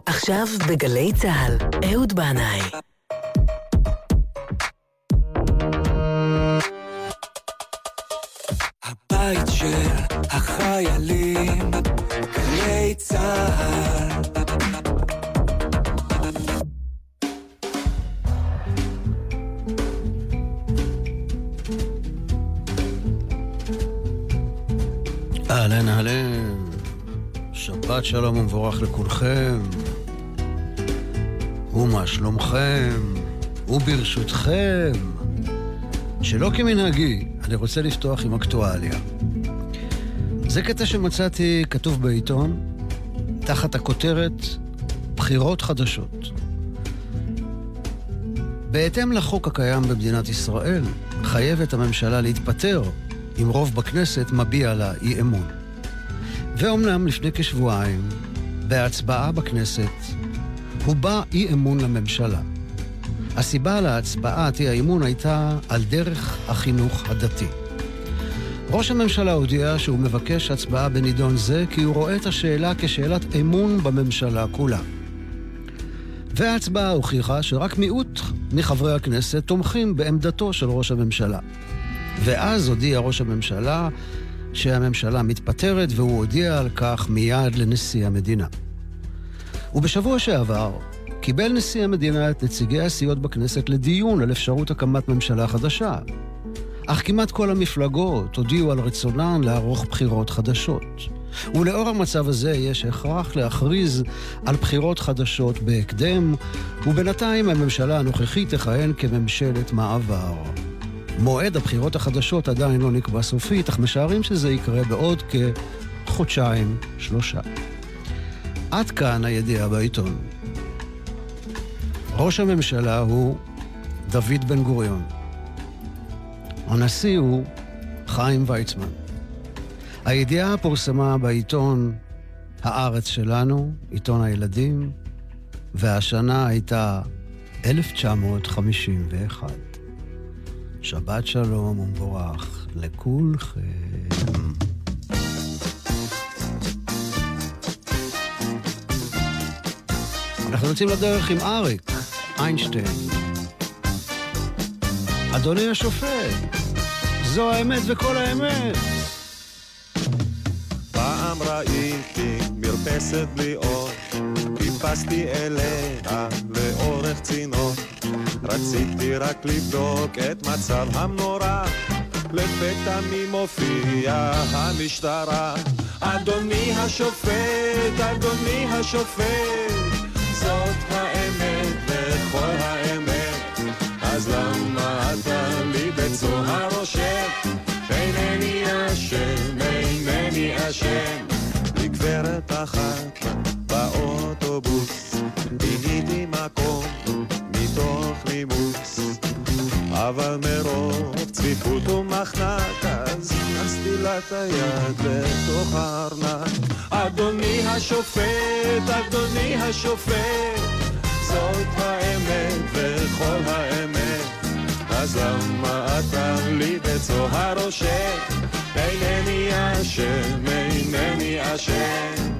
עכשיו בגלי צהל, אהוד בנאי. הבית של החיילים, גלי צהל. אהלן אהלן, שבת שלום ומבורך לכולכם. ומה שלומכם? וברשותכם, שלא כמנהגי, אני רוצה לפתוח עם אקטואליה. זה קטע שמצאתי כתוב בעיתון, תחת הכותרת בחירות חדשות. בהתאם לחוק הקיים במדינת ישראל, חייבת הממשלה להתפטר אם רוב בכנסת מביע לה אי אמון. ואומנם לפני כשבועיים, בהצבעה בכנסת, הובע אי אמון לממשלה. הסיבה להצבעת אי האמון הייתה על דרך החינוך הדתי. ראש הממשלה הודיע שהוא מבקש הצבעה בנידון זה כי הוא רואה את השאלה כשאלת אמון בממשלה כולה. וההצבעה הוכיחה שרק מיעוט מחברי הכנסת תומכים בעמדתו של ראש הממשלה. ואז הודיע ראש הממשלה שהממשלה מתפטרת, והוא הודיע על כך מיד לנשיא המדינה. ובשבוע שעבר קיבל נשיא המדינה את נציגי הסיעות בכנסת לדיון על אפשרות הקמת ממשלה חדשה. אך כמעט כל המפלגות הודיעו על רצונן לערוך בחירות חדשות. ולאור המצב הזה יש הכרח להכריז על בחירות חדשות בהקדם, ובינתיים הממשלה הנוכחית תכהן כממשלת מעבר. מועד הבחירות החדשות עדיין לא נקבע סופית, אך משערים שזה יקרה בעוד כחודשיים, 3. עד כאן הידיעה בעיתון. ראש הממשלה הוא דוד בן גוריון. הנשיא הוא חיים ויצמן. הידיעה פורסמה בעיתון הארץ שלנו, עיתון הילדים, והשנה הייתה 1951. שבת שלום ומבורך לכולכם. אנחנו יוצאים לדרך עם אריק איינשטיין. אדוני השופט, זו האמת וכל האמת. פעם ראיתי מרפסת בלי אור, טיפסתי אליה לאורך צינור, רציתי רק לבדוק את מצב המנורה, לפתע מי מופיע המשטרה. אדוני השופט, אדוני השופט, זאת האמת וכל האמת, אז למה אתה לי בצוהר רושך? אינני אשם, אינני אשם. לגברת אחת באוטובוס פיניתי מקום מתוך נימוס, אבל מרוב צפיפות ומחנק אז נסתי לה את היד לתוך הארנק. אדוני השופט, אדוני השופט, זאת האמת וכל האמת, אז למה אתה לי בצוהר רושך? אינני אשם, אינני אשם.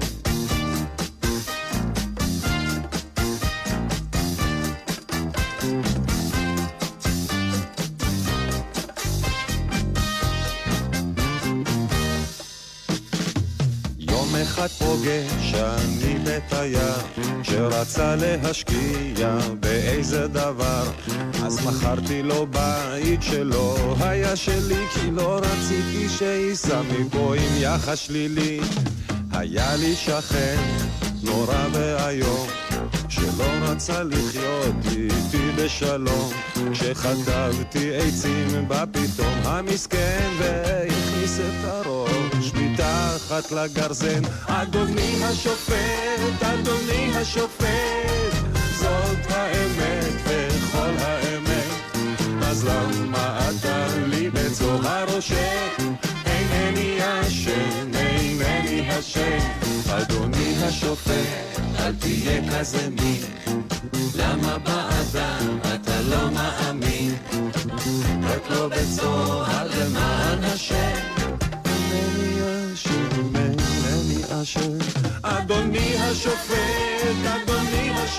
אחד פוגש אני בתייר שרצה להשקיע באיזה דבר, אז מכרתי לו בית שלא היה שלי, כי לא רציתי שיסע מפה עם יחס שלילי. היה לי שכן נורא והיום שלא רצה לחיות איתי בשלום, כשחטבתי עצים בפתאום המסכן והכניס את הראש מתחת לגרזן. אדוני השופט, אדוני השופט, זאת האמת וכל האמת, אז למה אתה לי בצוהר רושך? אינני אשם, אינני אשם. אדוני השופט, אל תהיה כזה מין, למה באדם אתה לא מאמין? רק לא בצוהר למען השם. אינני אשם, אינני אשם. אדוני השופט, אדוני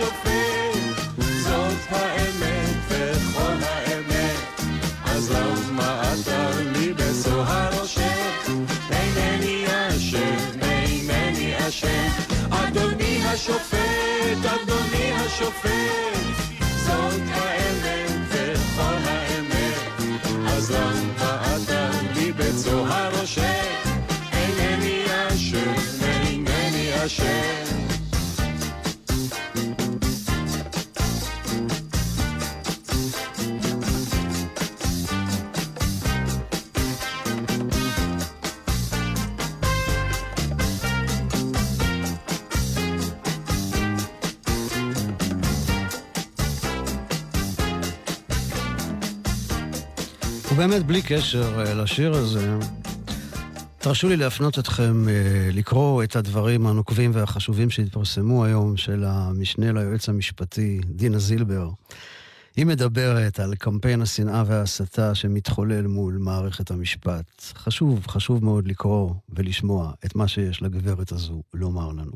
השופט, זאת האמת וכל האמת, אז למה אתה לי בסוהר רושט? אינני אשם, אדוני השופט, אדוני השופט, זאת האמת וכל האמת, אז למה אתה לי בסוהר רושט? אינני אשם. ובאמת בלי קשר לשיר הזה, תרשו לי להפנות אתכם לקרוא את הדברים הנוקבים והחשובים שהתפרסמו היום של המשנה ליועץ המשפטי דינה זילבר. היא מדברת על קמפיין השנאה וההסתה שמתחולל מול מערכת המשפט. חשוב מאוד לקרוא ולשמוע את מה שיש לגברת הזו לומר לנו.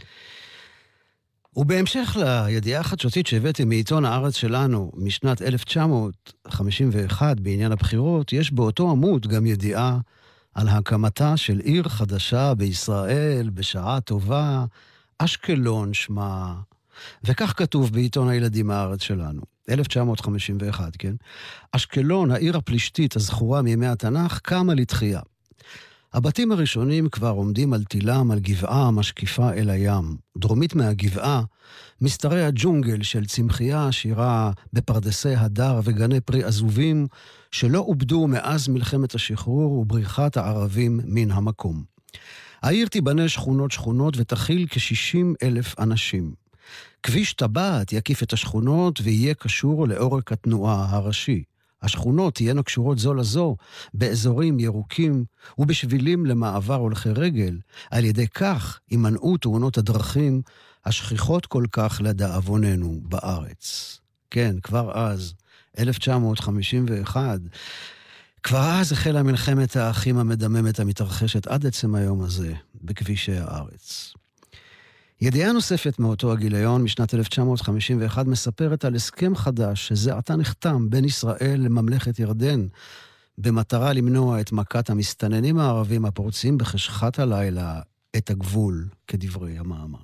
ובהמשך לידיעה החדשותית שהבאתי מעיתון הארץ שלנו משנת 1951 בעניין הבחירות, יש באותו עמוד גם ידיעה על הקמתה של עיר חדשה בישראל בשעה טובה, אשקלון שמה, וכך כתוב בעיתון הילדים הארץ שלנו, 1951, כן? אשקלון, העיר הפלישתית הזכורה מימי התנ"ך, קמה לתחייה. הבתים הראשונים כבר עומדים על תילם על גבעה משקיפה אל הים. דרומית מהגבעה מסתרי הג'ונגל של צמחייה עשירה בפרדסי הדר וגני פרי עזובים שלא עובדו מאז מלחמת השחרור ובריחת הערבים מן המקום. העיר תיבנה שכונות ותכיל כ-60,000 אנשים. כביש טבעת יקיף את השכונות ויהיה קשור לאורך התנועה הראשי. השכונות תהיינה קשורות זו לזו באזורים ירוקים ובשבילים למעבר הולכי רגל. על ידי כך יימנעו תאונות הדרכים השכיחות כל כך לדאבוננו בארץ. כן, כבר אז, 1951, כבר אז החלה מלחמת האחים המדממת המתרחשת עד עצם היום הזה בכבישי הארץ. ידיעה נוספת מאותו הגיליון משנת 1951 מספרת על הסכם חדש שזה עתה נחתם בין ישראל לממלכת ירדן במטרה למנוע את מכת המסתננים הערבים הפורצים בחשכת הלילה את הגבול, כדברי המאמר.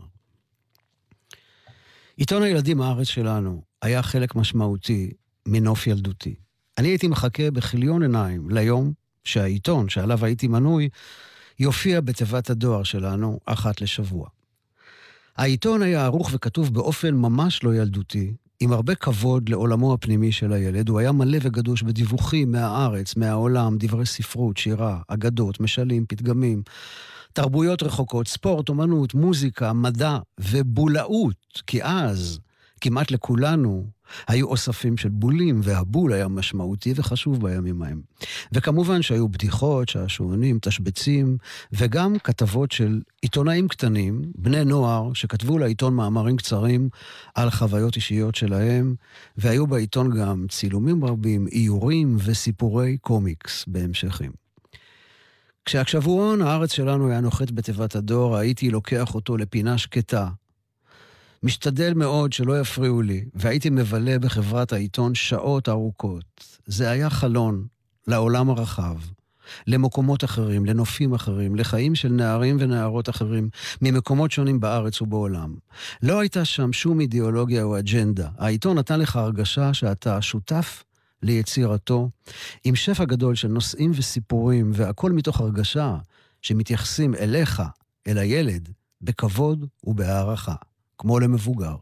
עיתון הילדים הארץ שלנו היה חלק משמעותי מנוף ילדותי. אני הייתי מחכה בכיליון עיניים ליום שהעיתון שעליו הייתי מנוי יופיע בתיבת הדואר שלנו אחת לשבוע. העיתון היה ערוך וכתוב באופן ממש לא ילדותי, עם הרבה כבוד לעולמו הפנימי של הילד. הוא היה מלא וגדוש בדיווחים מהארץ, מהעולם, דברי ספרות, שירה, אגדות, משלים, פתגמים, תרבויות רחוקות, ספורט, אומנות, מוזיקה, מדע ובולאות, כי אז כמעט לכולנו היו אוספים של בולים, והבול היה משמעותי וחשוב בימים ההם. וכמובן שהיו בדיחות, שעשועונים, תשבצים, וגם כתבות של עיתונאים קטנים, בני נוער, שכתבו לעיתון מאמרים קצרים על חוויות אישיות שלהם, והיו בעיתון גם צילומים רבים, איורים וסיפורי קומיקס בהמשכים. כשהשבועון הארץ שלנו היה נוחת בתיבת הדור, הייתי לוקח אותו לפינה שקטה, משתדל מאוד שלא יפריעו לי, והייתי מבלה בחברת העיתון שעות ארוכות. זה היה חלון לעולם הרחב, למקומות אחרים, לנופים אחרים, לחיים של נערים ונערות אחרים, ממקומות שונים בארץ ובעולם. לא הייתה שם שום אידיאולוגיה או אג'נדה. העיתון נתן לך הרגשה שאתה שותף ליצירתו, עם שפע גדול של נושאים וסיפורים, והכל מתוך הרגשה שמתייחסים אליך, אל הילד, בכבוד ובהערכה. כמו למבוגר.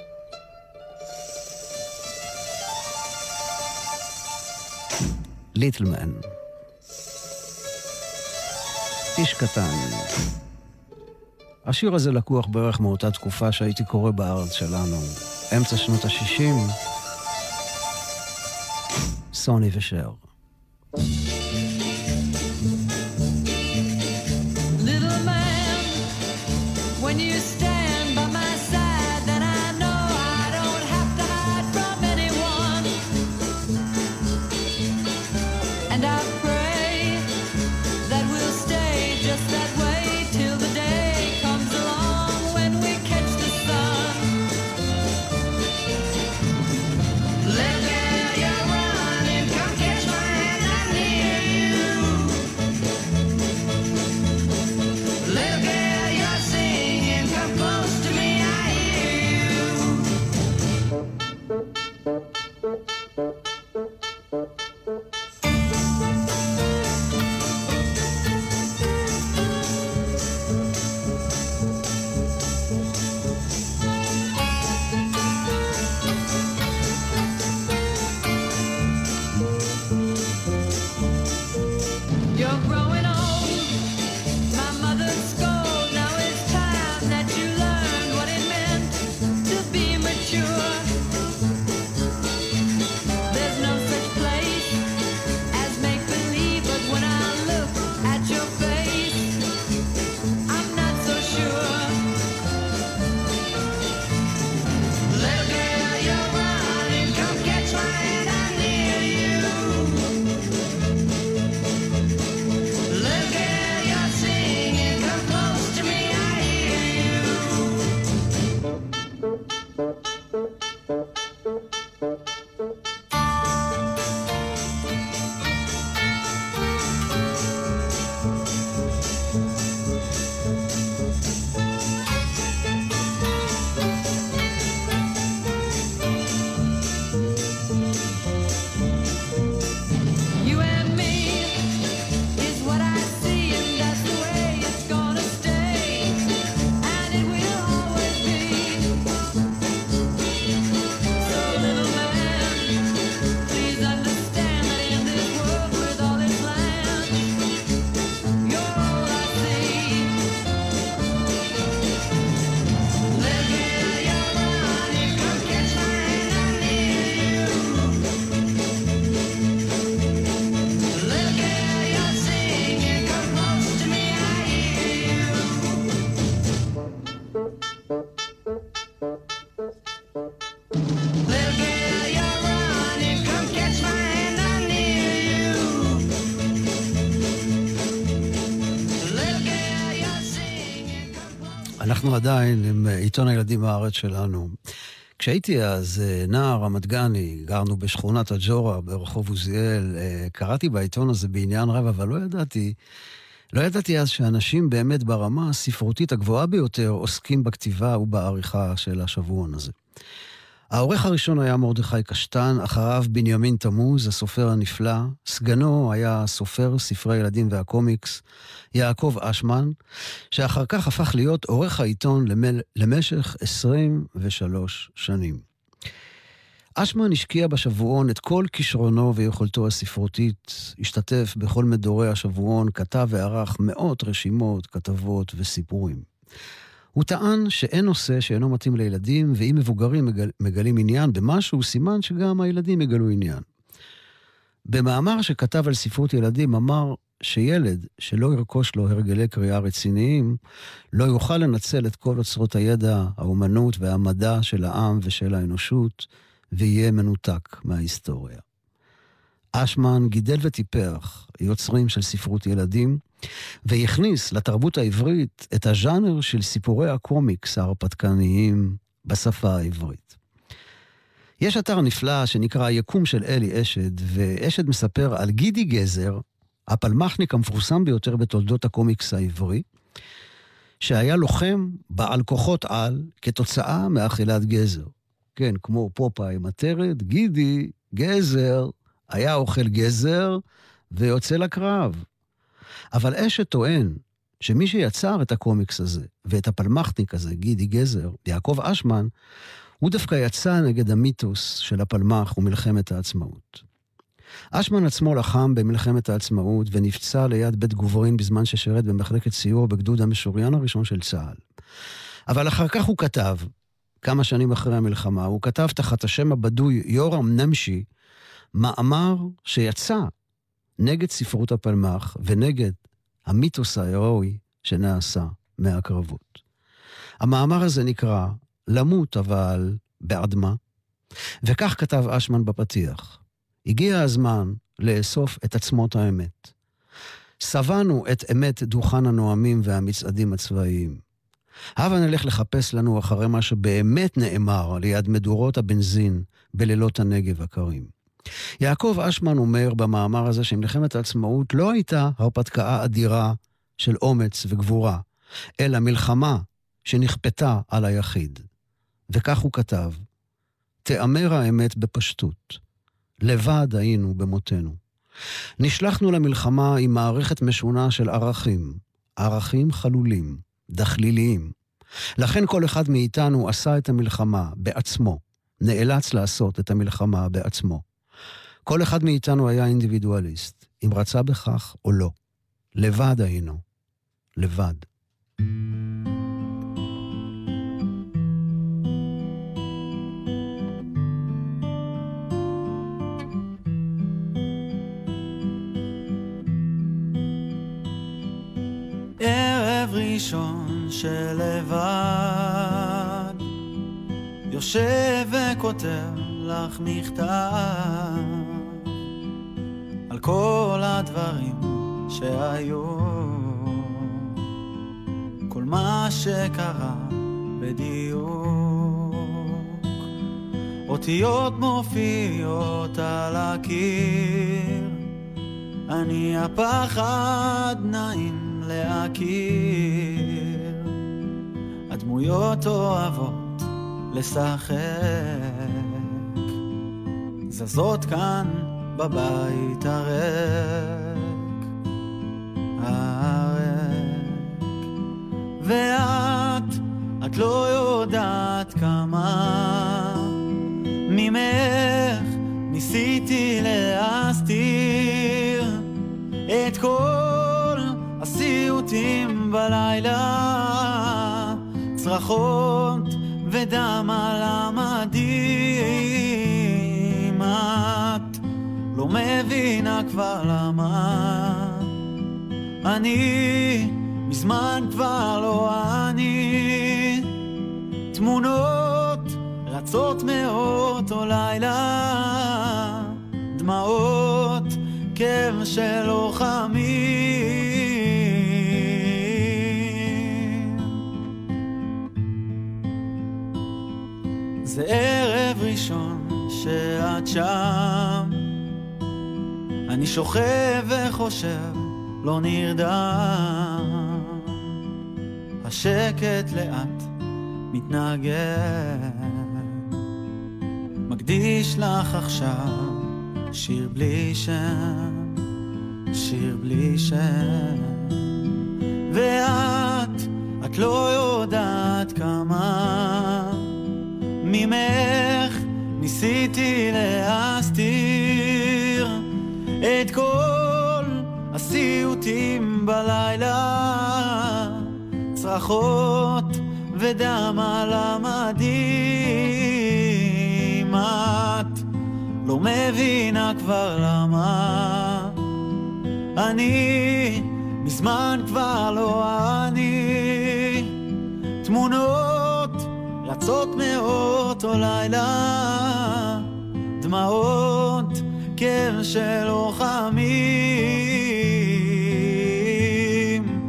ליטלמן. איש קטן. השיר הזה לקוח בערך מאותה תקופה שהייתי קורא בארץ שלנו. אמצע שנות ה-60. סוני ושר. Little man, when you stand by my side, then I know I don't have to hide from anyone. And I pray that we'll stay just that way till the day comes along when we catch the sun. אנחנו עדיין עם עיתון הילדים הארץ שלנו. כשהייתי אז נער רמת גני, גרנו בשכונת הג'ורה ברחוב עוזיאל, קראתי בעיתון הזה בעניין רב, אבל לא ידעתי אז שאנשים באמת ברמה הספרותית הגבוהה ביותר עוסקים בכתיבה ובעריכה של השבועון הזה. העורך הראשון היה מרדכי קשטן, אחריו בנימין תמוז, הסופר הנפלא, סגנו היה סופר ספרי ילדים והקומיקס, יעקב אשמן, שאחר כך הפך להיות עורך העיתון למשך 23 שנים. אשמן השקיע בשבועון את כל כישרונו ויכולתו הספרותית, השתתף בכל מדורי השבועון, כתב וערך מאות רשימות, כתבות וסיפורים. הוא טען שאין נושא שאינו מתאים לילדים, ואם מבוגרים מגלים עניין במשהו, סימן שגם הילדים יגלו עניין. במאמר שכתב על ספרות ילדים, אמר שילד שלא ירכוש לו הרגלי קריאה רציניים, לא יוכל לנצל את כל אוצרות הידע, האומנות והמדע של העם ושל האנושות, ויהיה מנותק מההיסטוריה. אשמן גידל וטיפח יוצרים של ספרות ילדים, והכניס לתרבות העברית את הז'אנר של סיפורי הקומיקס ההרפתקניים בשפה העברית. יש אתר נפלא שנקרא היקום של אלי אשד, ואשד מספר על גידי גזר, הפלמחניק המפורסם ביותר בתולדות הקומיקס העברי, שהיה לוחם בעל כוחות על כתוצאה מאכילת גזר. כן, כמו פופאי מטרד, גידי גזר היה אוכל גזר ויוצא לקרב. אבל אשד טוען שמי שיצר את הקומיקס הזה ואת הפלמחניק הזה, גידי גזר, יעקב אשמן, הוא דווקא יצא נגד המיתוס של הפלמח ומלחמת העצמאות. אשמן עצמו לחם במלחמת העצמאות ונפצע ליד בית גוברין בזמן ששירת במחלקת סיור בגדוד המשוריין הראשון של צה"ל. אבל אחר כך הוא כתב, כמה שנים אחרי המלחמה, הוא כתב תחת השם הבדוי יורם נמשי, מאמר שיצא נגד ספרות הפלמח ונגד המיתוס ההירואי שנעשה מהקרבות. המאמר הזה נקרא למות אבל בעד מה? וכך כתב אשמן בפתיח. הגיע הזמן לאסוף את עצמות האמת. סבנו את אמת דוכן הנואמים והמצעדים הצבאיים. הבה נלך לחפש לנו אחרי מה שבאמת נאמר ליד מדורות הבנזין בלילות הנגב הקרים. יעקב אשמן אומר במאמר הזה שמלחמת העצמאות לא הייתה הרפתקה אדירה של אומץ וגבורה, אלא מלחמה שנכפתה על היחיד. וכך הוא כתב, תאמר האמת בפשטות, לבד היינו במותנו. נשלחנו למלחמה עם מערכת משונה של ערכים חלולים, דחליליים. לכן כל אחד מאיתנו עשה את המלחמה בעצמו, נאלץ לעשות את המלחמה בעצמו. כל אחד מאיתנו היה אינדיבידואליסט, אם רצה בכך או לא. לבד היינו. לבד. ערב ראשון שלבד יושב וכותב לך מכתב על כל הדברים שהיו, כל מה שקרה בדיוק, אותיות מופיעות על הקיר, אני הפחד נעים להכיר, הדמויות אוהבות לשחק, זזות כאן בבית הריק, ואת לא יודעת כמה ממך ניסיתי להסתיר את כל הסיוטים בלילה, צרחות ודם על המדים, את לא מבינה כבר למה אני מזמן כבר לא אני, תמונות רצות מאותו לילה, דמעות כאב של לוחמים, זה ערב ראשון שאת שם, אני שוכב וחושב, לא נרדם, השקט לאט מתנגן, מקדיש לך עכשיו שיר בלי שם, שיר בלי שם. ואת לא יודעת כמה ממך ניסיתי להסתיר את כל הסיוטים בלילה, צרחות ודם על המדים. את לא מבינה כבר למה אני מזמן כבר לא אני, תמונות רצות מאותו לילה, דמעות כאב של לוחמים.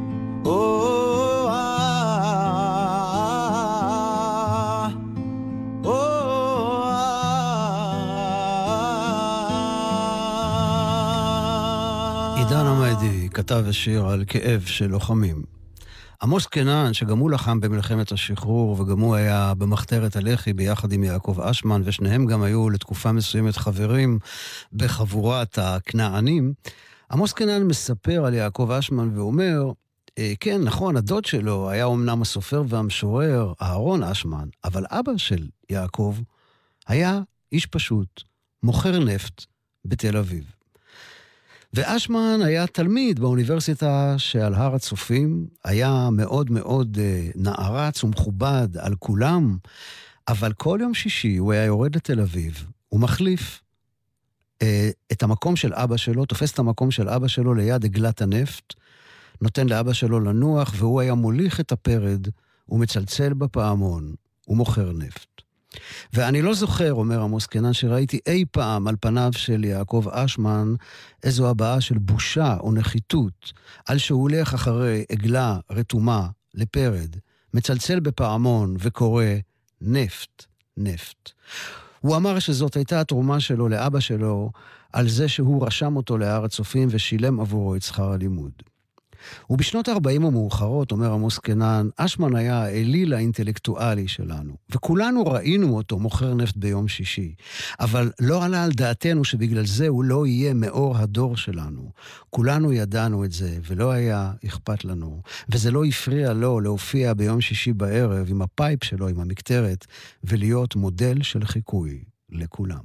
עידן עמדי כתב השיר על כאב של לוחמים. עמוס קנן, שגם הוא לחם במלחמת השחרור, וגם הוא היה במחתרת הלח"י ביחד עם יעקב אשמן, ושניהם גם היו לתקופה מסוימת חברים בחבורת הכנענים. עמוס קנן מספר על יעקב אשמן ואומר, כן, נכון, הדוד שלו היה אומנם הסופר והמשורר אהרון אשמן, אבל אבא של יעקב היה איש פשוט, מוכר נפט בתל אביב. ואשמן היה תלמיד באוניברסיטה שעל הר הצופים, היה מאוד מאוד נערץ ומכובד על כולם, אבל כל יום שישי הוא היה יורד לתל אביב, הוא מחליף את המקום של אבא שלו, תופס את המקום של אבא שלו ליד עגלת הנפט, נותן לאבא שלו לנוח, והוא היה מוליך את הפרד, ומצלצל בפעמון, ומוכר נפט. ואני לא זוכר, אומר עמוס קנן, שראיתי אי פעם על פניו של יעקב אשמן איזו הבעה של בושה או נחיתות, על שהוא הולך אחרי עגלה רתומה לפרד, מצלצל בפעמון וקורא נפט, נפט. הוא אמר שזאת הייתה התרומה שלו לאבא שלו, על זה שהוא רשם אותו להר הצופים ושילם עבורו את שכר הלימוד. ובשנות ה-40 המאוחרות, אומר עמוס קנן, אשמן היה האליל האינטלקטואלי שלנו, וכולנו ראינו אותו מוכר נפט ביום שישי, אבל לא עלה על דעתנו שבגלל זה הוא לא יהיה מאור הדור שלנו. כולנו ידענו את זה, ולא היה אכפת לנו, וזה לא הפריע לו להופיע ביום שישי בערב עם הפייפ שלו, עם המקטרת, ולהיות מודל של חיקוי לכולם.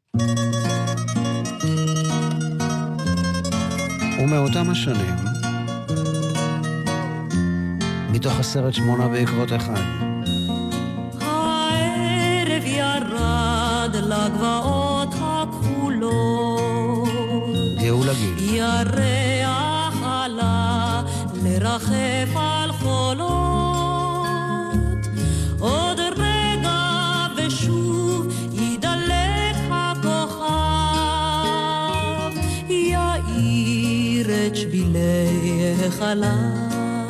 ומאותם השנים, מתוך הסרט 8 בעקבות אחד. הערב ירד לגבעות הכחולות, גאולה גיל. ירח עלה לרחף על חולות, עוד רגע ושוב ידלק הכוכב, יאיר את שבילי החלב.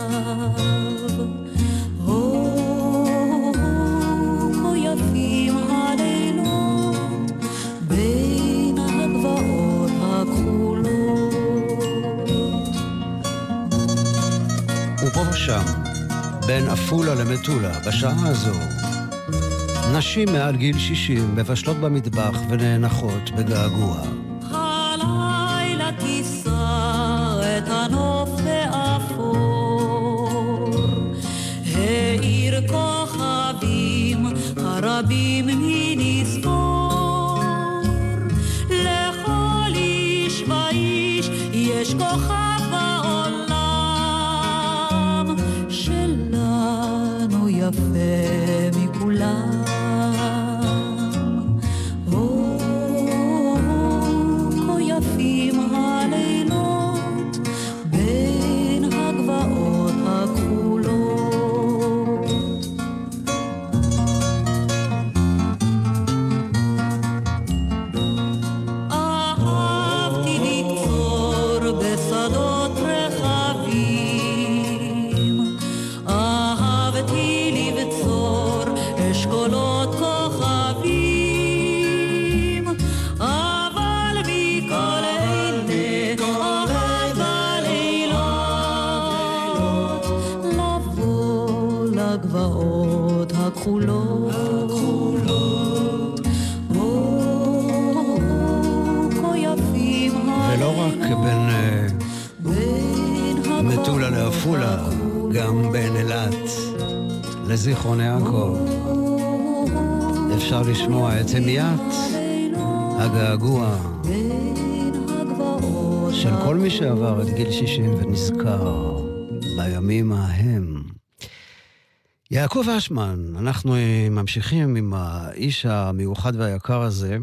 ופה ושם, בין אפולה למטולה, בשעה הזו, נשים מעל גיל 60 מבשלות במטבח ונאנחות בגעגוע. הלילה תישא את הנוף באפור, העיר כוכבים הרבים מנספור, לכל איש ואיש יש כוכב בעולם, שלנו יפה מכולם. כה יפים הלילות בין הגבעות הכחולות. אהבתי לקצור בשדות רחבים, אהבתי לבצור אשכולות כוכבים, כוכבים, אבל מכל אלה אוהב הלילות לבוא לגבעות הכחולות, כה יפים ולא רק בין מטולה לעפולה, גם בין אילת לזיכרון יעקב אפשר לשמוע את המיית הגעגוע של כל מי שעבר את גיל 60 ונזכר בימים ההם. יעקב אשמן, אנחנו ממשיכים עם האיש המיוחד והיקר הזה.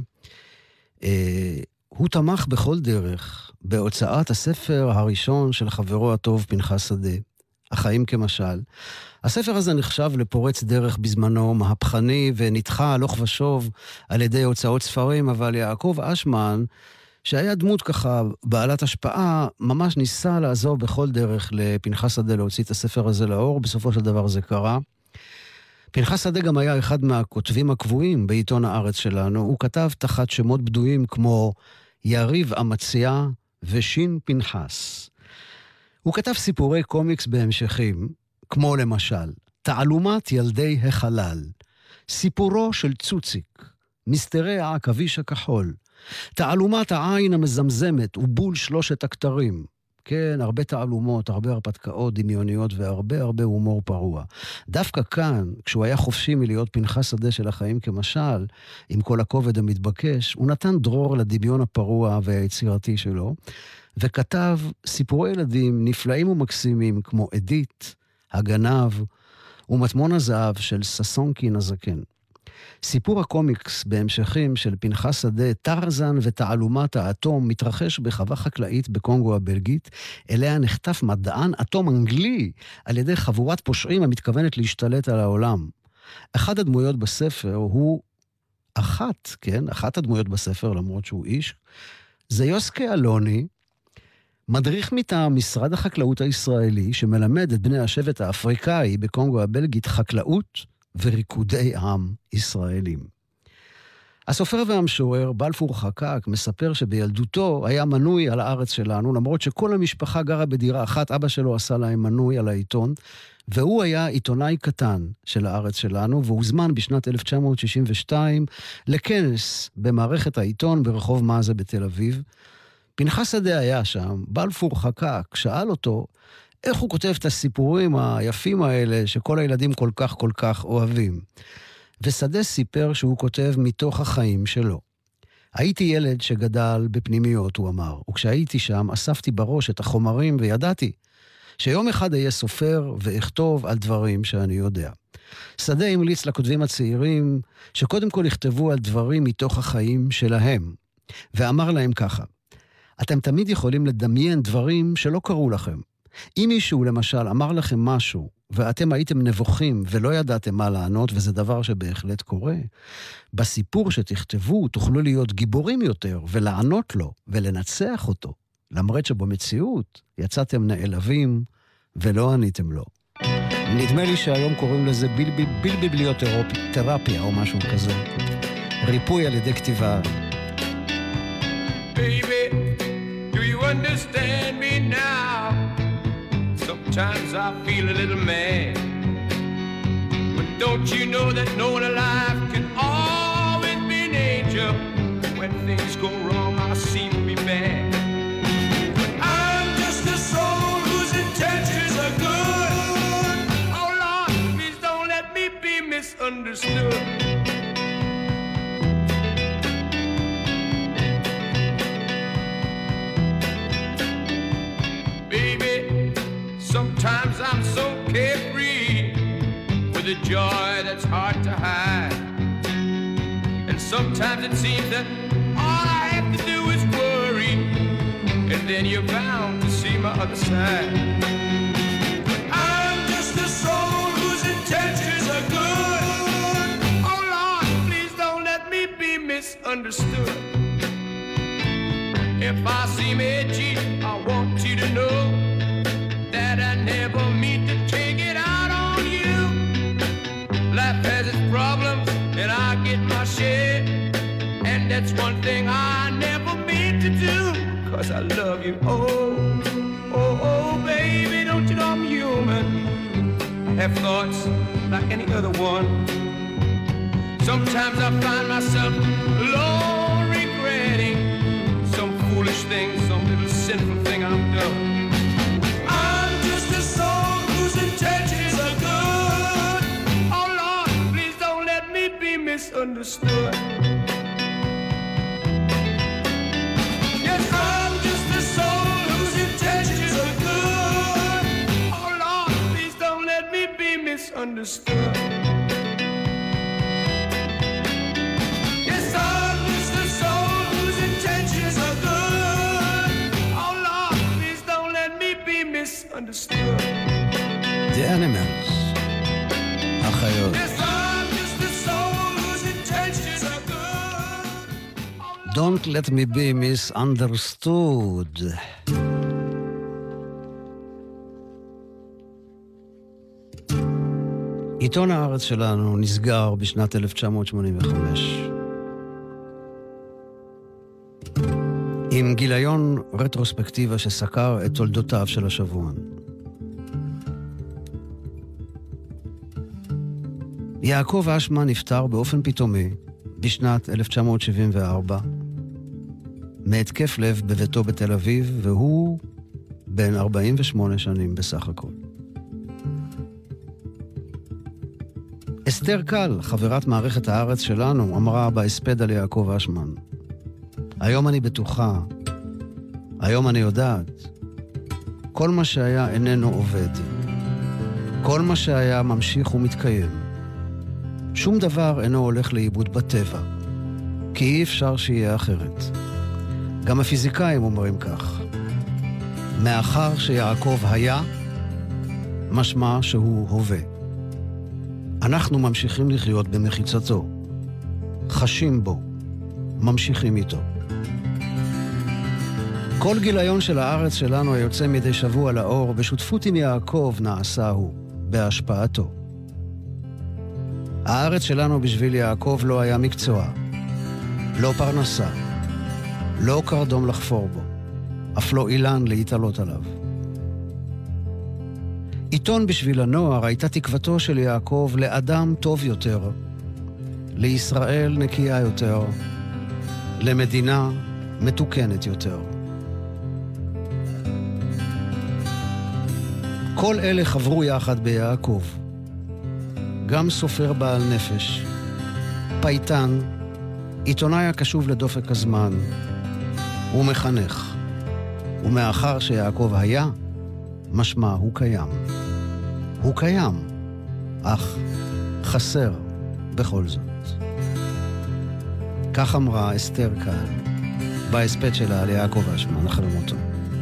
הוא תמך בכל דרך בהוצאת הספר הראשון של חברו הטוב פנחס שדה, החיים כמשל. הספר הזה נחשב לפורץ דרך בזמנו, מהפכני ונדחה הלוך ושוב על ידי הוצאות ספרים, אבל יעקב אשמן, שהיה דמות ככה בעלת השפעה, ממש ניסה לעזור בכל דרך לפנחס שדה להוציא את הספר הזה לאור. בסופו של דבר זה קרה. פנחס שדה גם היה אחד מהכותבים הקבועים בעיתון הארץ שלנו. הוא כתב תחת שמות בדויים כמו יריב אמציה ושין פנחס. הוא כתב סיפורי קומיקס בהמשכים, כמו למשל, תעלומת ילדי החלל, סיפורו של צוציק, מסתרי העכביש הכחול, תעלומת העין המזמזמת ובול 3 הכתרים. כן, הרבה תעלומות, הרבה הרפתקאות דמיוניות והרבה הומור פרוע. דווקא כאן, כשהוא היה חופשי מלהיות פנחס שדה של החיים כמשל, עם כל הכובד המתבקש, הוא נתן דרור לדמיון הפרוע והיצירתי שלו, וכתב סיפורי ילדים נפלאים ומקסימים כמו אדית, הגנב ומטמון הזהב של ססונקין הזקן. סיפור הקומיקס בהמשכים של פנחס שדה, טרזן ותעלומת האטום, מתרחש בחווה חקלאית בקונגו הבלגית, אליה נחטף מדען אטום אנגלי על ידי חבורת פושעים המתכוונת להשתלט על העולם. אחת הדמויות בספר הוא אחת הדמויות בספר, למרות שהוא איש, זה יוסקה אלוני, מדריך מטעם משרד החקלאות הישראלי, שמלמד את בני השבט האפריקאי בקונגו הבלגית חקלאות וריקודי עם ישראלים. הסופר והמשורר בלפור חקק מספר שבילדותו היה מנוי על הארץ שלנו, למרות שכל המשפחה גרה בדירה אחת, אבא שלו עשה להם מנוי על העיתון, והוא היה עיתונאי קטן של הארץ שלנו, והוזמן בשנת 1962 לכנס במערכת העיתון ברחוב מאזה בתל אביב. פנחס שדה היה שם, בלפור חקק, שאל אותו איך הוא כותב את הסיפורים היפים האלה שכל הילדים כל כך אוהבים. ושדה סיפר שהוא כותב מתוך החיים שלו. הייתי ילד שגדל בפנימיות, הוא אמר, וכשהייתי שם אספתי בראש את החומרים וידעתי שיום אחד אהיה סופר ואכתוב על דברים שאני יודע. שדה המליץ לכותבים הצעירים שקודם כל יכתבו על דברים מתוך החיים שלהם, ואמר להם ככה, אתם תמיד יכולים לדמיין דברים שלא קרו לכם. אם מישהו למשל אמר לכם משהו, ואתם הייתם נבוכים ולא ידעתם מה לענות, וזה דבר שבהחלט קורה, בסיפור שתכתבו תוכלו להיות גיבורים יותר, ולענות לו, ולנצח אותו, למרות שבמציאות יצאתם נעלבים, ולא עניתם לו. נדמה לי שהיום קוראים לזה בלביבליותרפיה או משהו כזה. ריפוי על ידי כתיבה. Baby, do you understand me now? Sometimes I feel a little mad, but don't you know that no one alive can always be an angel? When things go wrong, I seem to be bad. I'm just a soul whose intentions are good. Oh Lord, please don't let me be misunderstood. Sometimes I'm so carefree with a joy that's hard to hide. And sometimes it seems that all I have to do is worry, and then you're bound to see my other side. I'm just a soul whose intentions are good. Oh Lord, please don't let me be misunderstood. If I seem edgy, I want you to know that I never mean to take it out on you. Life has its problems, and I get that's one thing I never meant to do, 'cause I love you. Oh, oh, oh, baby, don't you know I'm human? I have thoughts like any other one. Sometimes I find myself alone regretting some foolish thing, some little sinful thing I've done. I'm just a soul whose intentions are good. Oh Lord, please don't let me be misunderstood. Yes, I'm just a soul whose intentions are good. Oh Lord, please don't let me be misunderstood. Understood. The Animals, החיות. Don't let me be misunderstood. עיתון הארץ שלנו נסגר בשנת 1985. עם גיליון רטרוספקטיבה שסקר את תולדותיו של השבועון. יעקב אשמן נפטר באופן פתאומי בשנת 1974 מהתקף לב בביתו בתל אביב, והוא בן 48 שנים בסך הכל. אסתר קל, חברת מערכת הארץ שלנו, אמרה בהספד על יעקב אשמן: היום אני בטוחה, היום אני יודעת, כל מה שהיה איננו עובד. כל מה שהיה ממשיך ומתקיים. שום דבר אינו הולך לאיבוד בטבע, כי אי אפשר שיהיה אחרת. גם הפיזיקאים אומרים כך. מאחר שיעקב היה, משמע שהוא הווה. אנחנו ממשיכים לחיות במחיצתו, חשים בו, ממשיכים איתו. כל גיליון של הארץ שלנו היוצא מדי שבוע לאור בשותפות עם יעקב נעשה הוא, בהשפעתו. הארץ שלנו בשביל יעקב לא היה מקצוע, לא פרנסה, לא קרדום לחפור בו, אף לא אילן להתעלות עליו. עיתון בשביל הנוער הייתה תקוותו של יעקב לאדם טוב יותר, לישראל נקייה יותר, למדינה מתוקנת יותר. כל אלה חברו יחד ביעקב. גם סופר בעל נפש, פייטן, עיתונאי הקשוב לדופק הזמן, ומחנך. ומאחר שיעקב היה, משמע הוא קיים. הוא קיים, אך חסר בכל זאת. כך אמרה אסתר קל בהספד שלה על יעקב אשמן אחרי מותו.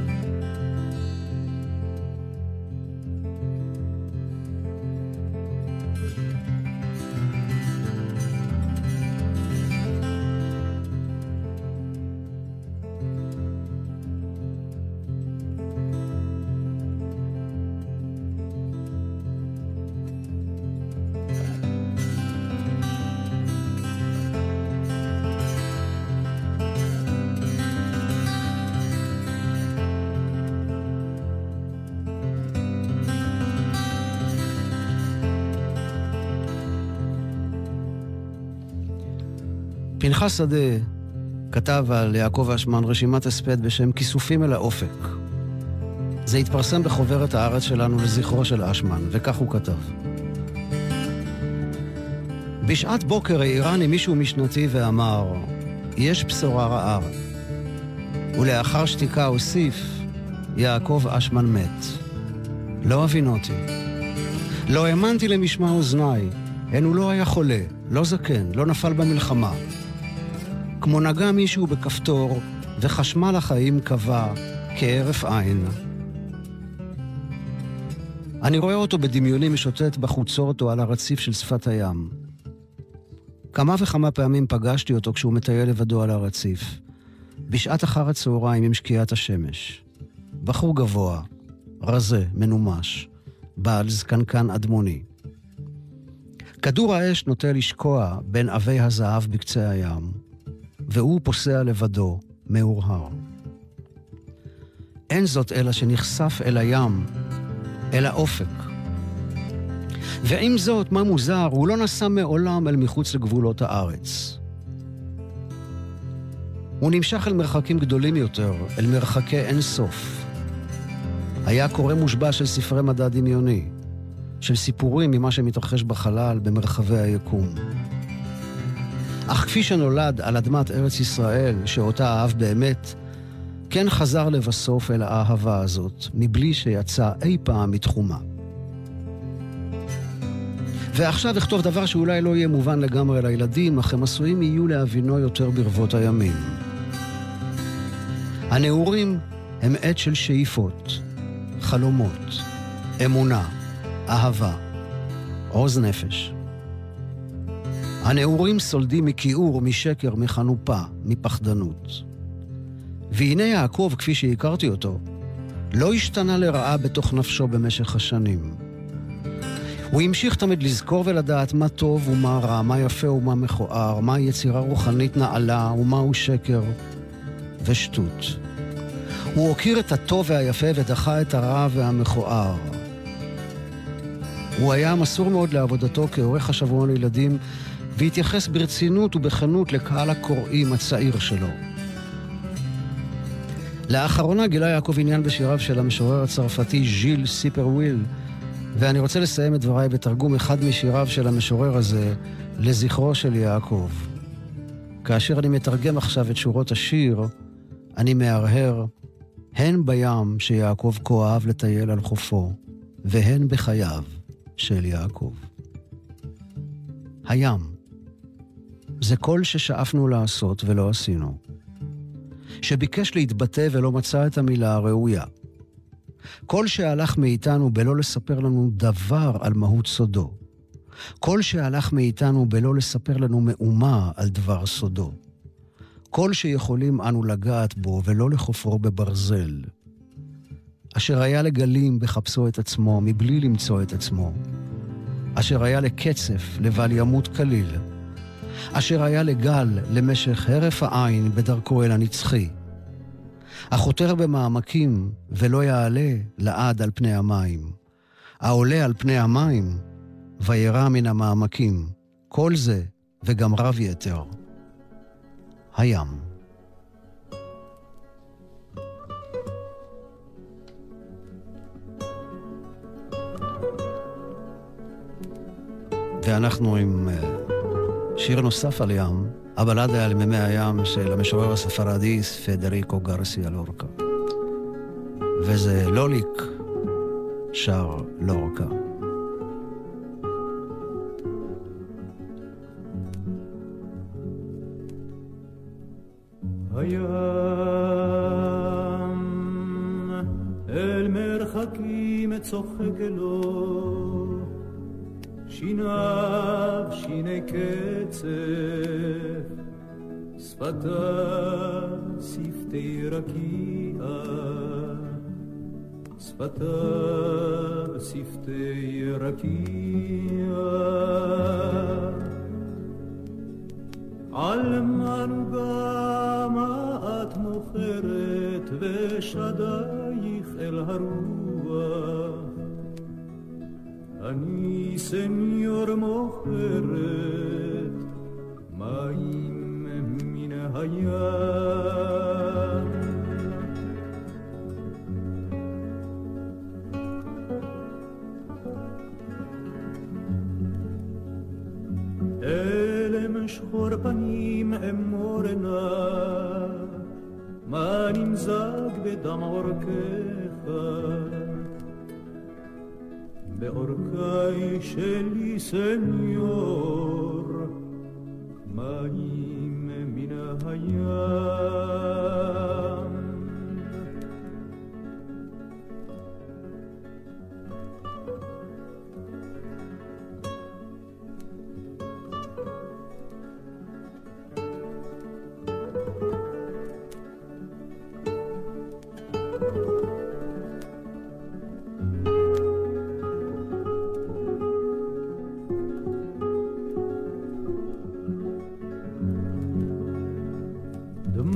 פנחס שדה כתב על יעקב אשמן רשימת הספד בשם כיסופים אל האופק. זה התפרסם בחוברת הארץ שלנו לזכרו של אשמן, וכך הוא כתב: בשעת בוקר העירני מישהו משנתי ואמר, יש בשורה רעה. ולאחר שתיקה הוסיף, יעקב אשמן מת. לא הבינותי. לא האמנתי למשמע אוזניי, הן הוא לא היה חולה, לא זקן, לא נפל במלחמה. כמו נגע מישהו בכפתור, וחשמל החיים קבע כערף עין. אני רואה אותו בדמיוני משוטט בחוצות או על הרציף של שפת הים. כמה וכמה פעמים פגשתי אותו כשהוא מטייל לבדו על הרציף, בשעת אחר הצהריים עם שקיעת השמש. בחור גבוה, רזה, מנומש, בעל זקנקן אדמוני. כדור האש נוטה לשקוע בין אבי הזהב בקצה הים, והוא פוסע לבדו, מאורהר. אין זאת אלא שנחשף אל הים, אל האופק. ועם זאת, מה מוזר, הוא לא נסע מעולם אל מחוץ לגבולות הארץ. הוא נמשך אל מרחקים גדולים יותר, אל מרחקי אין סוף. היה קורא מושבע של ספרי מדע דמיוני, של סיפורים ממה שמתרחש בחלל במרחבי היקום. אך כפי שנולד על אדמת ארץ ישראל, שאותה אהב באמת, כן חזר לבסוף אל האהבה הזאת, מבלי שיצא אי פעם מתחומה. ועכשיו אכתוב דבר שאולי לא יהיה מובן לגמרי לילדים, אך הם עשויים יהיו להבינו יותר ברבות הימים. הנעורים הם עת של שאיפות, חלומות, אמונה, אהבה, עוז נפש. הנעורים סולדים מכיעור, משקר, מחנופה, מפחדנות. והנה יעקב, כפי שהכרתי אותו, לא השתנה לרעה בתוך נפשו במשך השנים. הוא המשיך תמיד לזכור ולדעת מה טוב ומה רע, מה יפה ומה מכוער, מה יצירה רוחנית נעלה ומהו שקר ושטות. הוא הוקיר את הטוב והיפה ודחה את הרע והמכוער. הוא היה מסור מאוד לעבודתו כעורך השבועון לילדים, והתייחס ברצינות ובכנות לקהל הקוראים הצעיר שלו. לאחרונה גילה יעקב עניין בשיריו של המשורר הצרפתי ז'יל סיפרוויל, ואני רוצה לסיים את דבריי בתרגום אחד משיריו של המשורר הזה לזכרו של יעקב. כאשר אני מתרגם עכשיו את שורות השיר, אני מהרהר, הן בים שיעקב כה אהב לטייל על חופו, והן בחייו של יעקב. הים, זה כל ששאפנו לעשות ולא עשינו. שביקש להתבטא ולא מצא את המילה הראויה. כל שהלך מאיתנו בלא לספר לנו דבר על מהות סודו. כל שהלך מאיתנו בלא לספר לנו מאומה על דבר סודו. כל שיכולים אנו לגעת בו ולא לחופרו בברזל. אשר היה לגלים בחפשו את עצמו מבלי למצוא את עצמו. אשר היה לקצף לבל ימות כליל. אשר היה לגל למשך הרף העין בדרכו אל הנצחי. החותר במעמקים ולא יעלה לעד על פני המים. העולה על פני המים וירא מן המעמקים. כל זה וגם רב יתר. הים. ואנחנו עם שיר נוסף על ים, הבלדה על מימי הים של המשורר הספרדי פדריקו גרסיה לורקה. וזה לוליק שר לורקה. הים אל מרחקים צוחק אלו, שיניו שיני קצף, שפתיו שפתי רקיע, שפתיו שפתי רקיע. על מנוגה את מוכרת ושדייך אל הרוח, אני סניור מוכרת מים מן הים. אלם שחור פנים אמורנה, מה נמזג בדם עורקך, בעורקי שלי סניור, מים מן הים.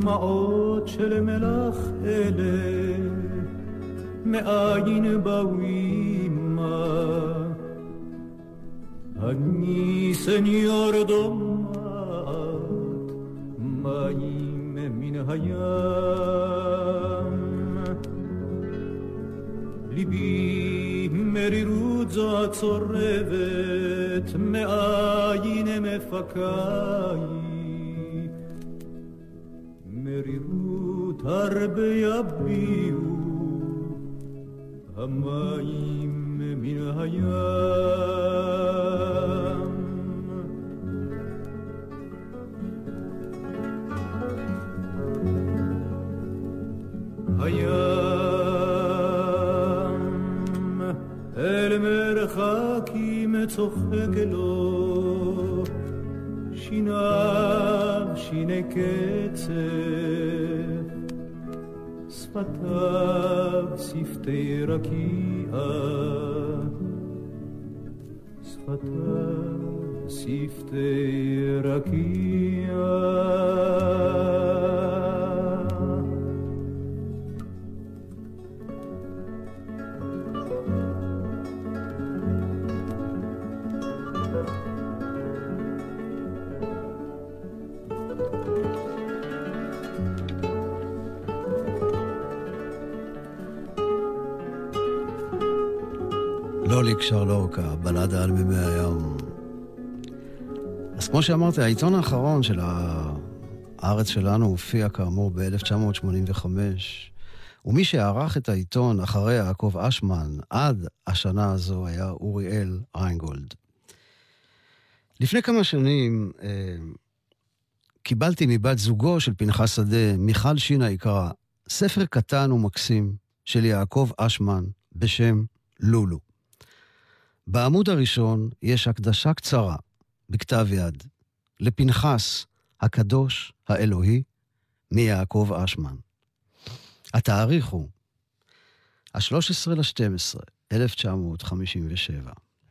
דמעות של מלח אלה מאין באו אימה אני סניור דומעת מים מן הים ליבי מרירות זו הצורבת מאין מפקאי מרירות הרבה יביאו המים מן הים הים אל מרחקים צוחק לו שיניו שיני קצף שפתיו שפתי רקיע שפתיו שפתי רקיע לוליק שרלוקה, בלדה על מימי הים. אז כמו שאמרתי, העיתון האחרון של הארץ שלנו הופיע כאמור ב-1985, ומי שערך את העיתון אחרי יעקב אשמן עד השנה הזו היה אוריאל ריינגולד. לפני כמה שנים קיבלתי מבת זוגו של פנחס שדה, מיכל שינה יקרה, ספר קטן ומקסים של יעקב אשמן בשם לולו. בעמוד הראשון יש הקדשה קצרה, בכתב יד, לפנחס הקדוש האלוהי מיעקב אשמן. התאריך הוא 13/12/1957.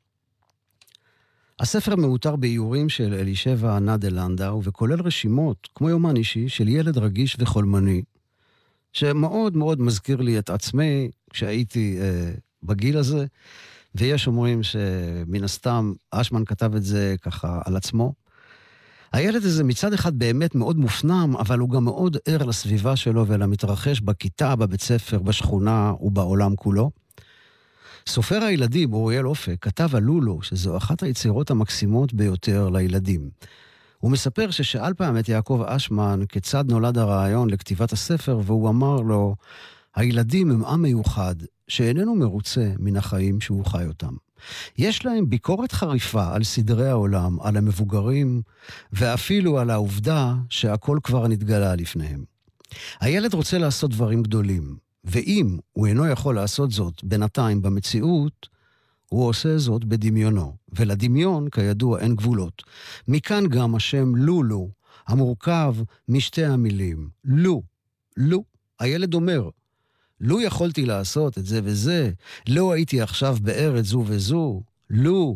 הספר מאותר באיורים של אלישבע נדלנדאו וכולל רשימות, כמו יומן אישי, של ילד רגיש וחולמני, שמאוד מאוד מזכיר לי את עצמי כשהייתי בגיל הזה, ויש אומרים שמן הסתם אשמן כתב את זה ככה על עצמו. הילד הזה מצד אחד באמת מאוד מופנם, אבל הוא גם מאוד ער לסביבה שלו ולמתרחש בכיתה, בבית ספר, בשכונה ובעולם כולו. סופר הילדים, אוריאל אופק, כתב על לולו, שזו אחת היצירות המקסימות ביותר לילדים. הוא מספר ששאל פעם את יעקב אשמן כיצד נולד הרעיון לכתיבת הספר, והוא אמר לו, הילדים הם עם מיוחד שאיננו מרוצה מן החיים שהוא חי אותם. יש להם ביקורת חריפה על סדרי העולם, על המבוגרים, ואפילו על העובדה שהכל כבר נתגלה לפניהם. הילד רוצה לעשות דברים גדולים, ואם הוא אינו יכול לעשות זאת בינתיים במציאות, הוא עושה זאת בדמיונו, ולדמיון כידוע אין גבולות. מכאן גם השם לולו, המורכב משתי המילים. לו. הילד אומר, לו יכולתי לעשות את זה וזה, לא הייתי עכשיו בארץ זו וזו, לו.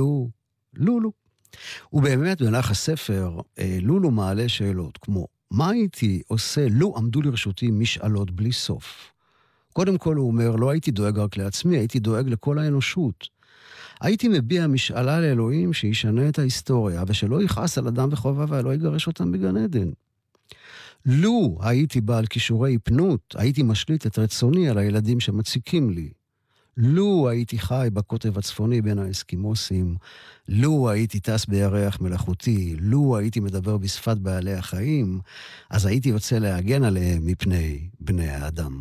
ובאמת במהלך הספר, לולו מעלה שאלות כמו, מה הייתי עושה לו עמדו לרשותי משאלות בלי סוף? קודם כל הוא אומר, לא הייתי דואג רק לעצמי, הייתי דואג לכל האנושות. הייתי מביע משאלה לאלוהים שישנה את ההיסטוריה, ושלא יכעס על אדם וחובה ולא יגרש אותם בגן עדן. לו הייתי בעל כישורי פנות, הייתי משליט את רצוני על הילדים שמציקים לי. לו הייתי חי בקוטב הצפוני בין האסקימוסים, לו הייתי טס בירח מלאכותי, לו הייתי מדבר בשפת בעלי החיים, אז הייתי יוצא להגן עליהם מפני בני האדם.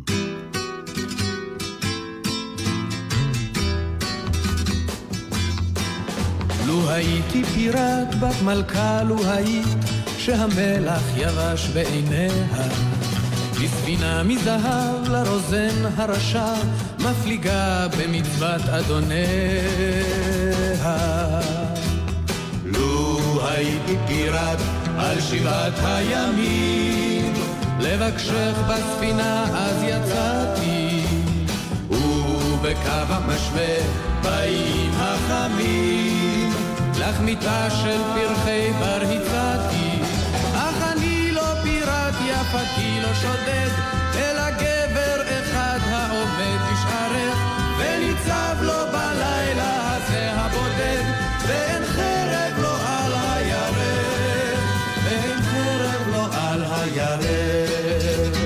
לו הייתי פירט בת מלכה, לו היית שהמלח יבש בעיניה, בספינה מזהב לרוזן הרשע, מפליגה במצוות אדוניה. לו הייתי פירט על 7 הימים, לבקשך בספינה אז יצאתי, ובקו המשווה באים החמים, לך מיטה של פרחי בר הצעתי, אך אני לא פירט יפתי, הירח.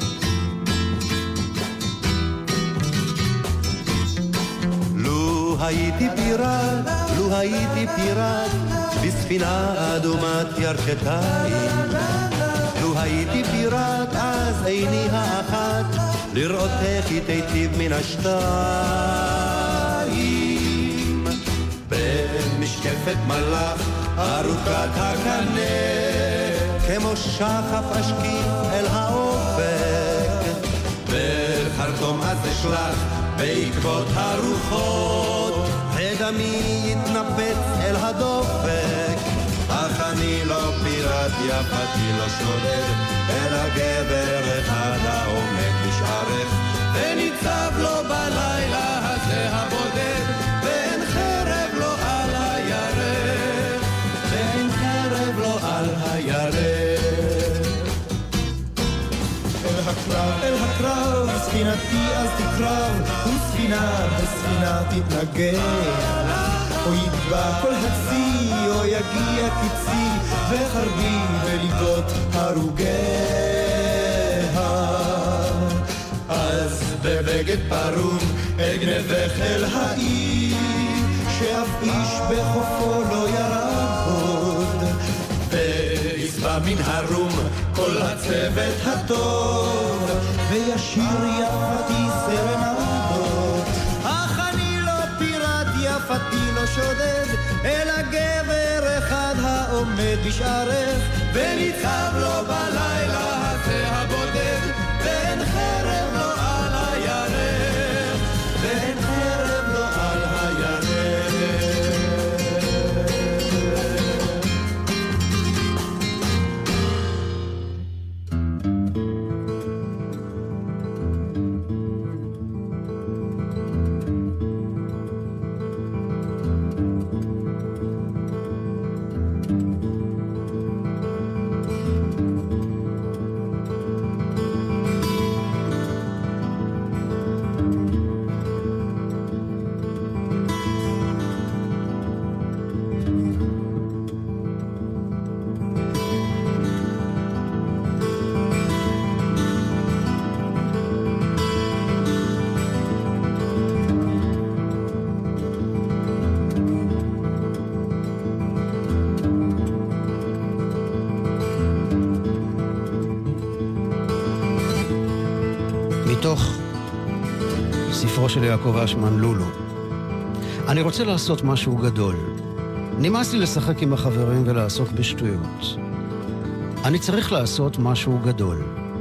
לו הייתי פיראט בספינה אדומת ירכתיים, לו הייתי פיראט אז עיני האחת לראות איך היא תיטיב מן השתיים. במשקפת מלאך ארוכת הקנה כמו שחף אשקיף אל האופק, בחרטום אז אשלח בעקבות הרוחות ודמי יתנפץ אל הדופק. אך אני לא פיראט, יפתי לא שודד, אלא גבר אחד העומד בשערך וניצב לו בלילה הזה הבודד, ואין חרב לו על הירח, ואין חרב לו על הירח. אל הקרב, ספינתי אז תקרב, וספינה בספינה תתנגח, או יטבע כל הצי, או יגיע קיצי, וחרבי בליבות הרוגיה. אז בבגד פרום אגנבך אל העיר, שאף איש בחופו לא ירוד, ויסבע מן הרום כל הצוות הטוב, וישיר יפתי סרנדות. אך אני לא פיראט, יפתי לא שודד, אלא גבר אחד העומד בשערך וניצב לו בלילה הזה הבודד, ואין חרב לו על הירח, ואין חרב לו על הירח. מתוך ספרו של יעקב אשמן, לולו. אני רוצה לעשות משהו גדול. נמאס לי לשחק עם החברים ולעסוק בשטויות. אני צריך לעשות משהו גדול.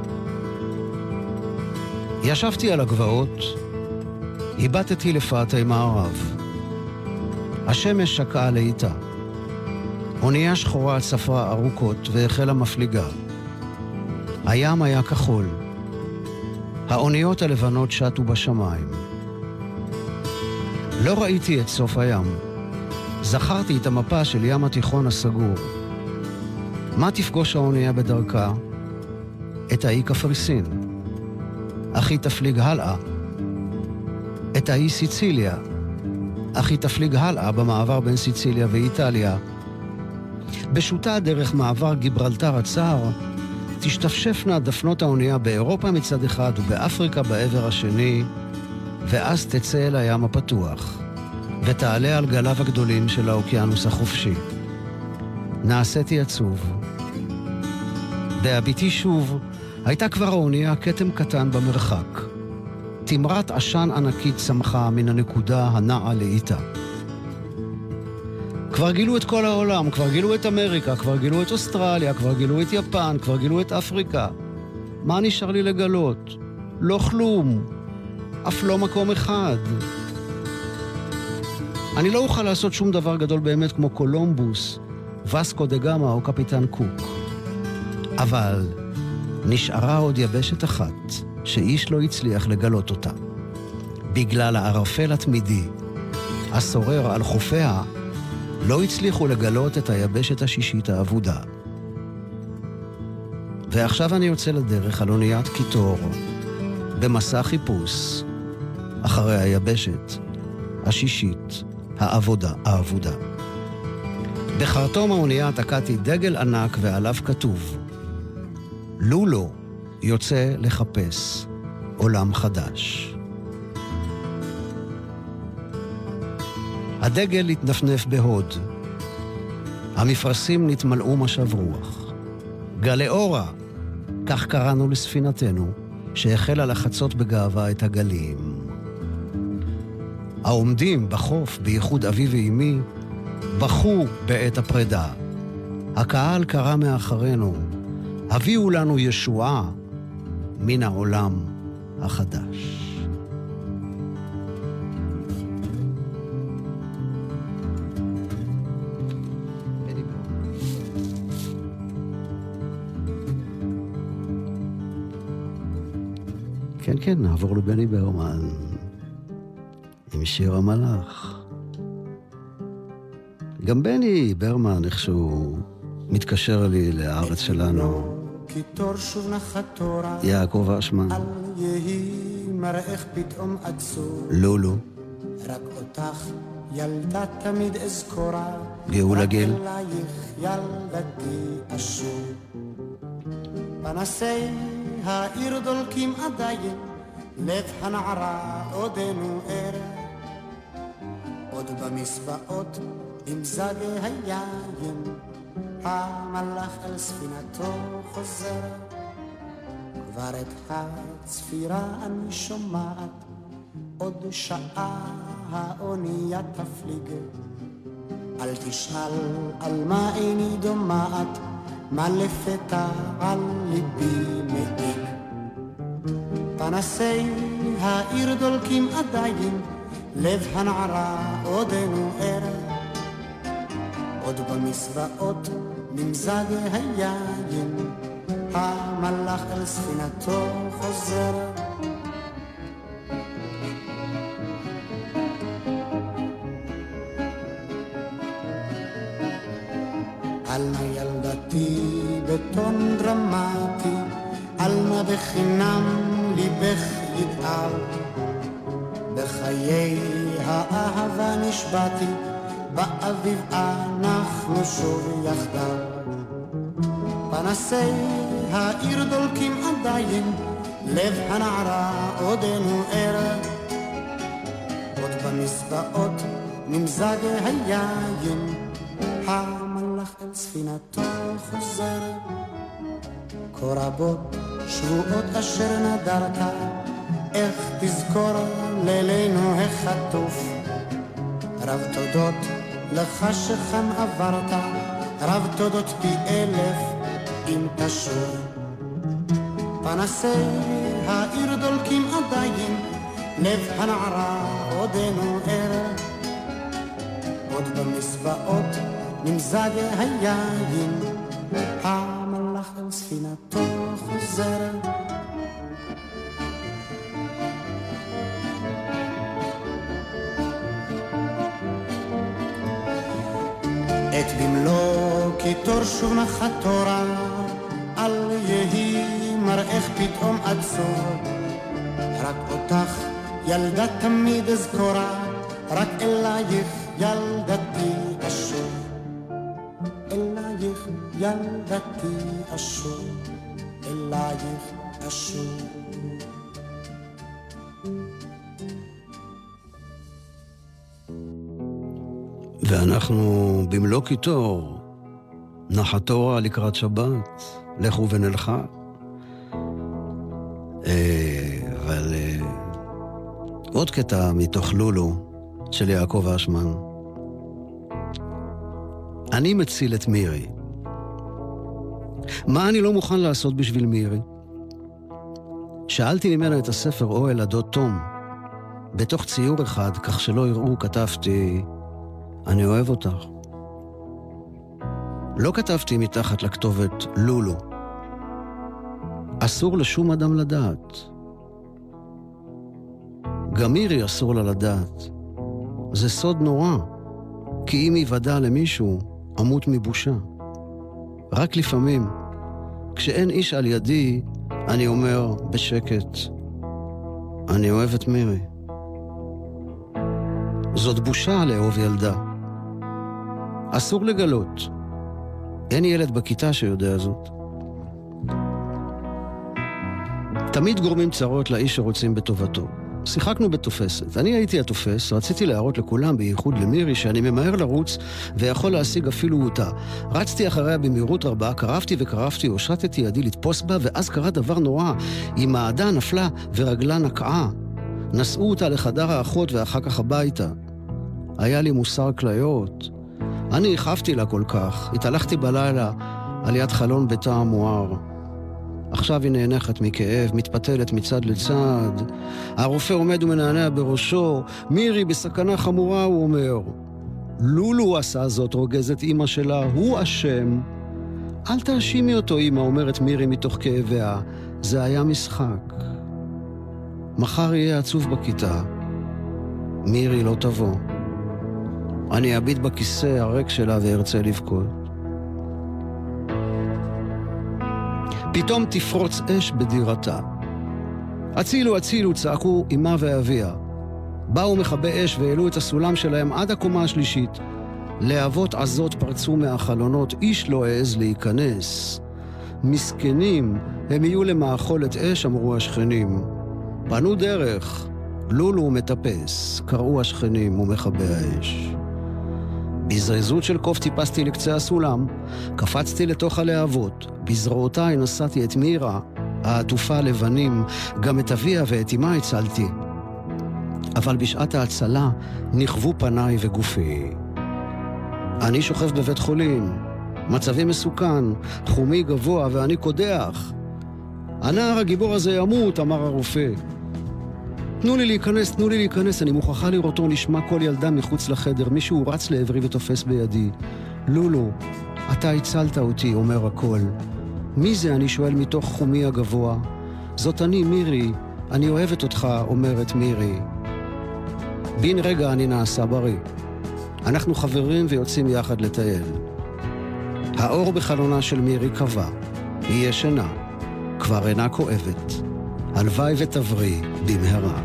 ישבתי על הגבעות, היבטתי לפאתי מערב. השמש שקעה לאיתה. אונייה שחורה צפרה ארוכות והחלה מפליגה. הים היה כחול. האוניות הלבנות שטו בשמיים. לא ראיתי את סוף הים. זכרתי את המפה של ים התיכון הסגור. מה תפגוש האונייה בדרכה? את האי קפריסין. אך היא תפליג הלאה. את האי סיציליה. אך היא תפליג הלאה במעבר בין סיציליה ואיטליה. בשוטה דרך מעבר גיברלטר הצער, תשתפשפנה דפנות האונייה באירופה מצד אחד ובאפריקה בעבר השני, ואז תצא אל הים הפתוח, ותעלה על גליו הגדולים של האוקיינוס החופשי. נעשיתי עצוב. בהביטי שוב, הייתה כבר האונייה כתם קטן במרחק. תמרת עשן ענקית צמחה מן הנקודה הנעה לאיתה. כבר גילו את כל העולם, כבר גילו את אמריקה, כבר גילו את אוסטרליה, כבר גילו את יפן, כבר גילו את אפריקה. מה נשאר לי לגלות? לא כלום. אף לא מקום אחד. אני לא אוכל לעשות שום דבר גדול באמת כמו קולומבוס, וסקו דה גאמה או קפיטן קוק. אבל נשארה עוד יבשת אחת שאיש לא הצליח לגלות אותה. בגלל הערפל התמידי, השורר על חופיה, לא הצליחו לגלות את היבשת השישית האבודה. ועכשיו אני יוצא לדרך על אוניית קיטור, במסע חיפוש, אחרי היבשת השישית האבודה. בחרטום האונייה תקעתי דגל ענק ועליו כתוב: לולו יוצא לחפש עולם חדש. הדגל התנפנף בהוד. המפרשים נתמלאו משב רוח. גלי אורה, כך קראנו לספינתנו, שהחלה לחצות בגאווה את הגלים. העומדים בחוף בייחוד אבי ואמי, בכו בעת הפרידה. הקהל קרא מאחרינו, הביאו לנו ישועה מן העולם החדש. כן, כן, נעבור לבני ברמן עם שיר המלאך. גם בני ברמן איכשהו מתקשר לי לארץ שלנו. קיטור שוב נחתורה יעקב אשמן, אל יהי מראך פתאום עצור לולו, רק אותך ילדה תמיד אזכורה גאולה גיל, רק אלייך ילדתי אשור פנסי העיר דולקים עדיין לב הנערה עודנו ער עוד במסבעות עם זגי היין המלאך על ספינתו חוזר כבר את הצפירה אני שומעת עוד שעה האונייה תפליג אל תשאל על מה איני דומעת מה לפתע על ליבי מעיק פנסי העיר דולקים עדיין לב הנערה עודנו ער עוד במסבעות נמזג היין המלאך אל ספינתו חוזר על נא ילדתי בטון דרמטי על נא בחינם ליבך יתאר בחיי האהבה נשבעתי באביב אנחנו שוב יחדיו פנסי העיר דולקים עדיין לב הנערה עודנו ער עוד במסבעות נמזג היין המלאך אל ספינתו חוזר כה רבות שבועות אשר נדרת איך תזכור לילינו החטוף רב תודות לך שכאן עברת רב תודות פי אלף אם תשוב פנסי העיר דולקים עדיין לב הנערה עודנו ער עוד במסבעות נמזג היין המלאך על ספינתו חוזר את במלוא קיטור שוב נחתורה אל יהי מראך פתאום עצור רק אותך ילדה תמיד אזכורה רק אלייך ילדתי אשוב אלייך ילדתי אשוב אלייך אשוב ואנחנו במלוא קיטור נחתורה לקראת שבת לכו ונלכה אבל עוד קטע מתוך לולו של יעקב אשמן אני מציל את מירי מה אני לא מוכן לעשות בשביל מירי שאלתי ממנה את הספר אוהל הדוד תום בתוך ציור אחד כך שלא יראו כתבתי אני אוהב אותך לא כתבתי מתחת לכתובת לולו אסור לשום אדם לדעת גם מירי אסור לה לדעת זה סוד נורא כי אם יוודע למישהו אמות מבושה רק לפעמים כשאין איש על ידי אני אומר בשקט אני אוהב את מירי זאת בושה לאהוב ילדה אסור לגלות אין ילד בכיתה שיודע זאת תמיד גורמים צרות לאיש שרוצים בטובתו. שיחקנו בתופסת. אני הייתי התופס, רציתי להראות לכולם, בייחוד למירי, שאני ממהר לרוץ ויכול להשיג אפילו אותה. רצתי אחריה במהירות רבה, קרבתי, הושטתי ידי לתפוס בה, ואז קרה דבר נורא. היא מעדה נפלה ורגלה נקעה. נסעו אותה לחדר האחות ואחר כך הביתה. היה לי מוסר כליות. אני החפתי לה כל כך. התהלכתי בלילה על יד חלון ביתה המואר. עכשיו היא נאנחת מכאב, מתפתלת מצד לצד. הרופא עומד ומנענע בראשו. מירי בסכנה חמורה, הוא אומר. לולו עשה זאת, רוגזת אמא שלה, הוא אשם. אל תאשימי אותו, אמא, אומרת מירי מתוך כאביה. זה היה משחק. מחר יהיה עצוב בכיתה. מירי לא תבוא. אני אביט בכיסא הריק שלה וארצה לבכות. פתאום תפרוץ אש בדירתה. הצילו, הצילו, צעקו אמא ואביה. באו מכבי אש והעלו את הסולם שלהם עד הקומה השלישית. להבות עזות פרצו מהחלונות, איש לא העז להיכנס. מסכנים, הם יהיו למאכולת אש, אמרו השכנים. פנו דרך, לולו מטפס, קראו השכנים ומכבי האש. בזריזות של קוף טיפסתי לקצה הסולם, קפצתי לתוך הלהבות, בזרועותיי נשאתי את מירה, העטופה לבנים, גם את אביה ואת אמא הצלתי. אבל בשעת ההצלה נכוו פניי וגופי. אני שוכב בבית חולים, מצבי מסוכן, חומי גבוה ואני קודח. הנער הגיבור הזה ימות, אמר הרופא. תנו לי להיכנס, אני מוכרחה לראותו, נשמע כל ילדה מחוץ לחדר, מישהו רץ לעברי ותופס בידי. לולו, אתה הצלת אותי, אומר הכל. מי זה? אני שואל מתוך חומי הגבוה. זאת אני, מירי, אני אוהבת אותך, אומרת מירי. בין רגע אני נעשה בריא. אנחנו חברים ויוצאים יחד לטייל. האור בחלונה של מירי קבע. היא ישנה, כבר אינה כואבת. הלוואי ותבריא במהרה.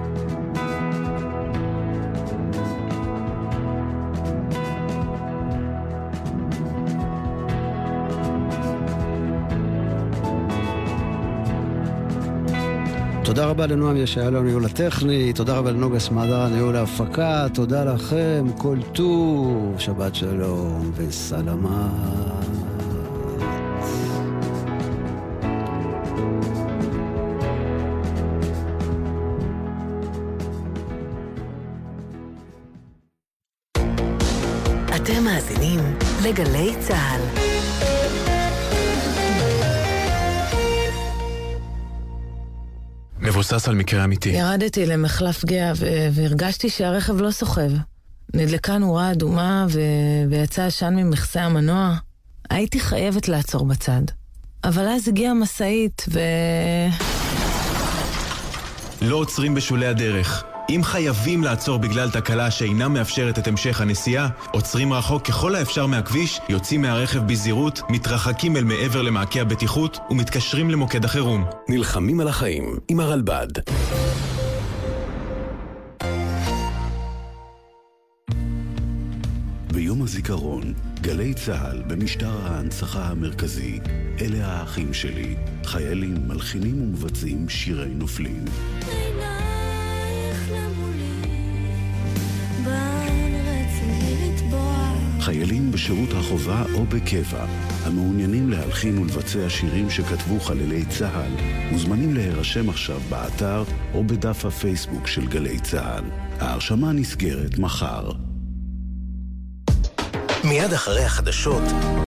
תודה רבה לנועם ישעיהו על הניהול הטכני, תודה רבה לנוגה סמדר על ניהול ההפקה, תודה לכם, כל טוב, שבת שלום וסלמה. אתם מאזינים לגלי צהל. מבוסס על מקרה אמיתי. ירדתי למחלף גאה והרגשתי שהרכב לא סוחב. נדלקה נורה אדומה ויצא עשן ממכסה המנוע. הייתי חייבת לעצור בצד. אבל אז הגיעה משאית לא עוצרים בשולי הדרך. אם חייבים לעצור בגלל תקלה שאינה מאפשרת את המשך הנסיעה, עוצרים רחוק ככל האפשר מהכביש, יוצאים מהרכב בזהירות, מתרחקים אל מעבר למעקי הבטיחות ומתקשרים למוקד החירום. נלחמים על החיים עם הרלב"ד. ביום הזיכרון, גלי צהל במשטר ההנצחה המרכזי, אלה האחים שלי, חיילים, מלחינים ומבצעים שירי נופלים. חיילים בשירות החובה או בקבע, המעוניינים להלחין ולבצע שירים שכתבו חללי צהל, מוזמנים להירשם עכשיו באתר או בדף הפייסבוק של גלי צהל. ההרשמה נסגרת מחר. מיד אחרי החדשות